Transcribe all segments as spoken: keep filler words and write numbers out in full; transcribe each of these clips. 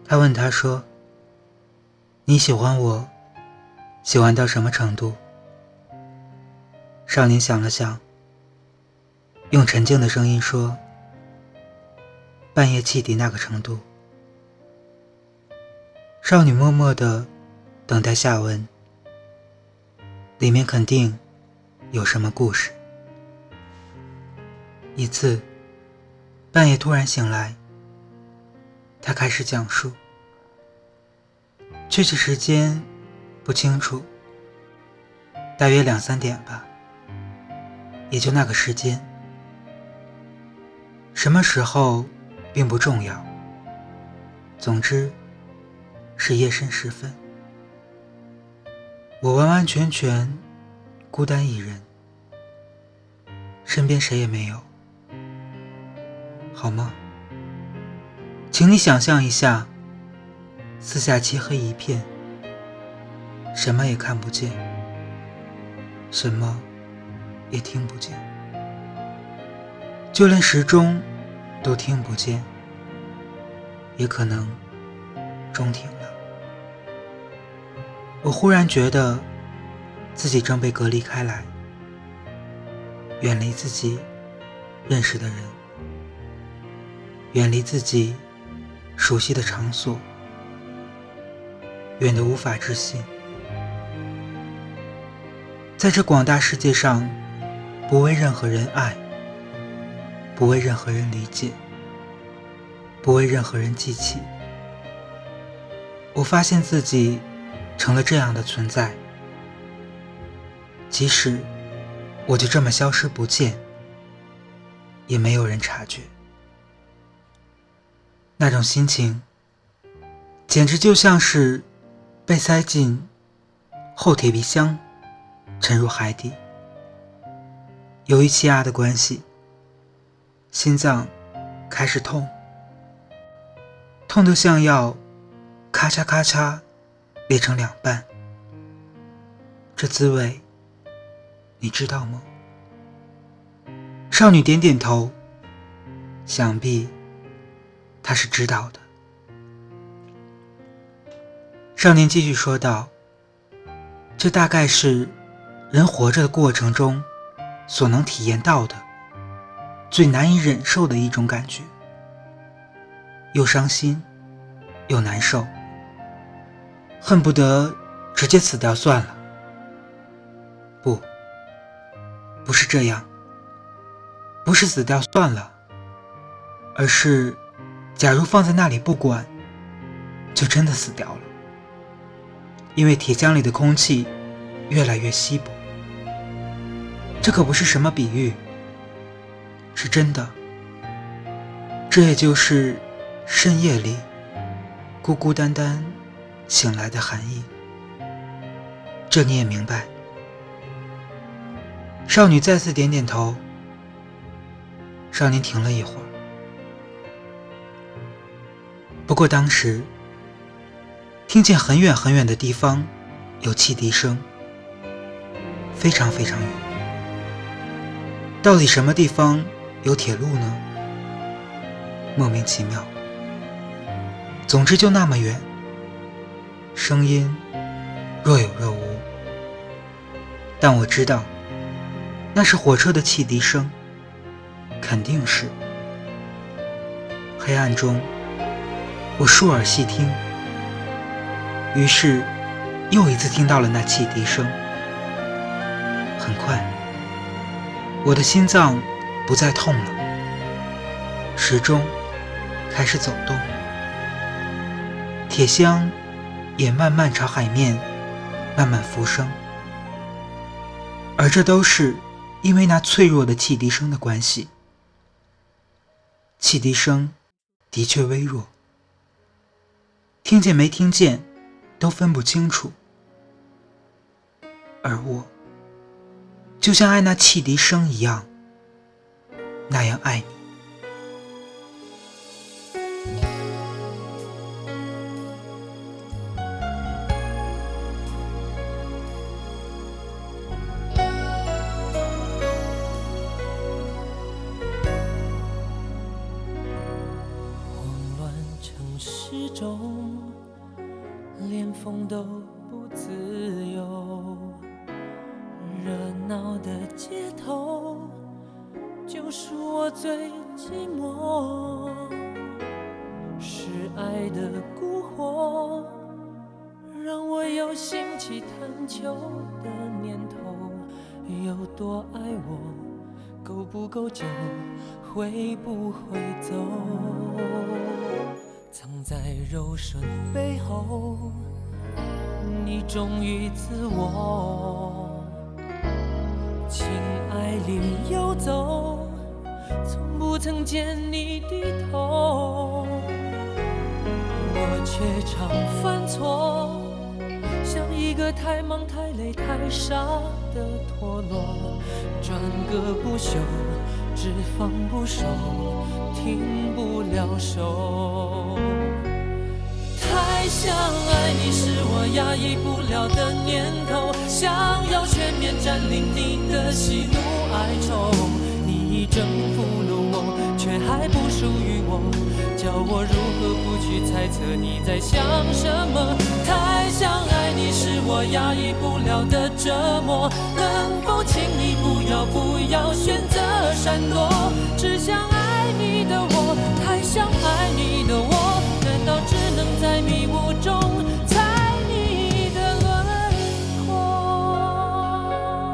他问他说，你喜欢我，喜欢到什么程度？少年想了想，用沉静的声音说，半夜汽笛那个程度。少女默默地等待下文，里面肯定有什么故事。一次半夜突然醒来，他开始讲述，具体时间不清楚，大约两三点吧，也就那个时间。什么时候并不重要，总之是夜深时分，我完完全全孤单一人，身边谁也没有，好吗？请你想象一下，四下漆黑一片，什么也看不见，什么也听不见，就连时钟都听不见，也可能钟停了。我忽然觉得自己正被隔离开来，远离自己认识的人，远离自己熟悉的场所，远得无法置信。在这广大世界上，不为任何人爱，不为任何人理解，不为任何人记起，我发现自己成了这样的存在。即使我就这么消失不见，也没有人察觉。那种心情简直就像是被塞进厚铁皮箱，沉入海底。由于气压的关系，心脏开始痛，痛得像要咔嚓咔嚓裂成两半。这滋味你知道吗？少女点点头，想必她是知道的。少年继续说道，这大概是人活着的过程中所能体验到的最难以忍受的一种感觉，又伤心又难受，恨不得直接死掉算了。不，不是这样，不是死掉算了，而是假如放在那里不管，就真的死掉了。因为铁箱里的空气越来越稀薄。这可不是什么比喻，是真的。这也就是深夜里孤孤单单醒来的含义。这你也明白？少女再次点点头。少年停了一会儿。不过当时听见很远很远的地方有汽笛声，非常非常远。到底什么地方有铁路呢？莫名其妙。总之就那么远，声音若有若无，但我知道那是火车的汽笛声，肯定是。黑暗中我竖耳细听，于是又一次听到了那汽笛声。很快我的心脏不再痛了，时钟开始走动，铁箱也慢慢朝海面慢慢浮升，而这都是因为那脆弱的汽笛声的关系。汽笛声的确微弱，听见没听见都分不清楚，而我就像爱那汽笛声一样，那样爱你。 慌乱成失踪，连风都不自由。热闹的街头，就是我最寂寞。是爱的蛊惑，让我有兴起探求的念头。有多爱我，够不够久，会不会走？藏在柔顺背后，你忠于自我，情爱里游走，从不曾见你低头。我却常犯错，像一个太忙太累太傻的陀螺，转个不休，只放不收，停不了手。太想爱你是我压抑不了的念头，想要全面占领你的喜怒哀愁。你已征服了我，却还不属于我，叫我如何不去猜测你在想什么。太想爱你是我压抑不了的折磨，能否请你不要不要选择闪躲？只想爱你的我，太想爱你的我，难道只能在迷雾中猜你的轮廓？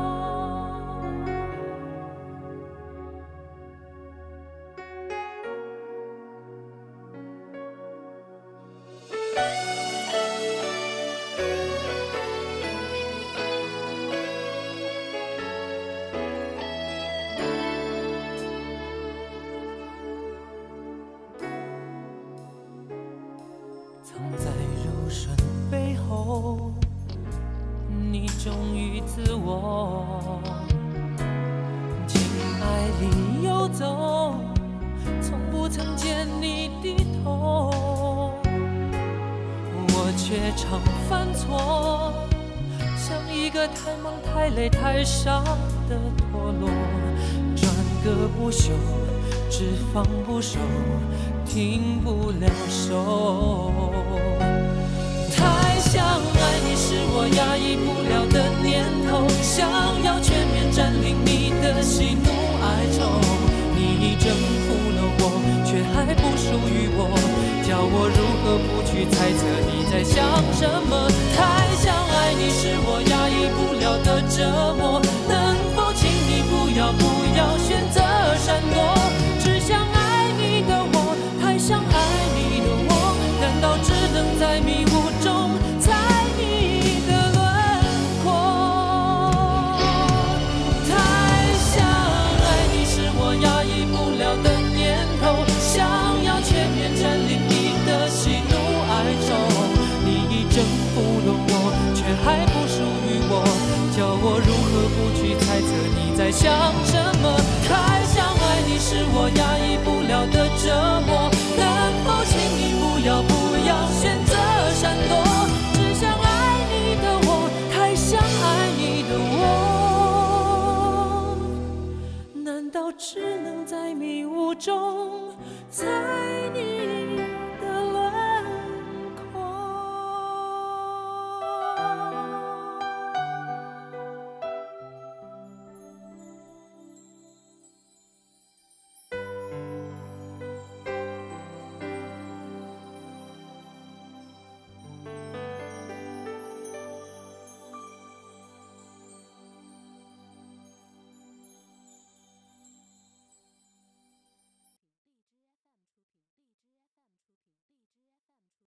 藏在柔顺背后，你忠于自我，情爱里游走，从不曾见你低头。我却常犯错，像一个太忙太累太傻的陀螺，转个不休，只放不收，停不了手。太想爱你是我压抑不了的念头，想要全面占领你的喜怒哀愁。你已征服了我，却还不属于我，叫我如何不去猜测你在想什么。太想爱你是我压抑不了的折磨，能否请你不要不要选择闪躲？只想爱你的我，太想爱你的我，难道只能在迷雾中猜你的轮廓？太想爱你是我压抑不了的念头，想要全面占领你的喜怒哀愁。你已征服了我，却还不属于我，叫我如何不去猜测你在想什么。太想爱你是我压抑不了的折磨，能否请你不要不要选择闪躲？只想爱你的我，太想爱你的我，难道只能在迷雾中猜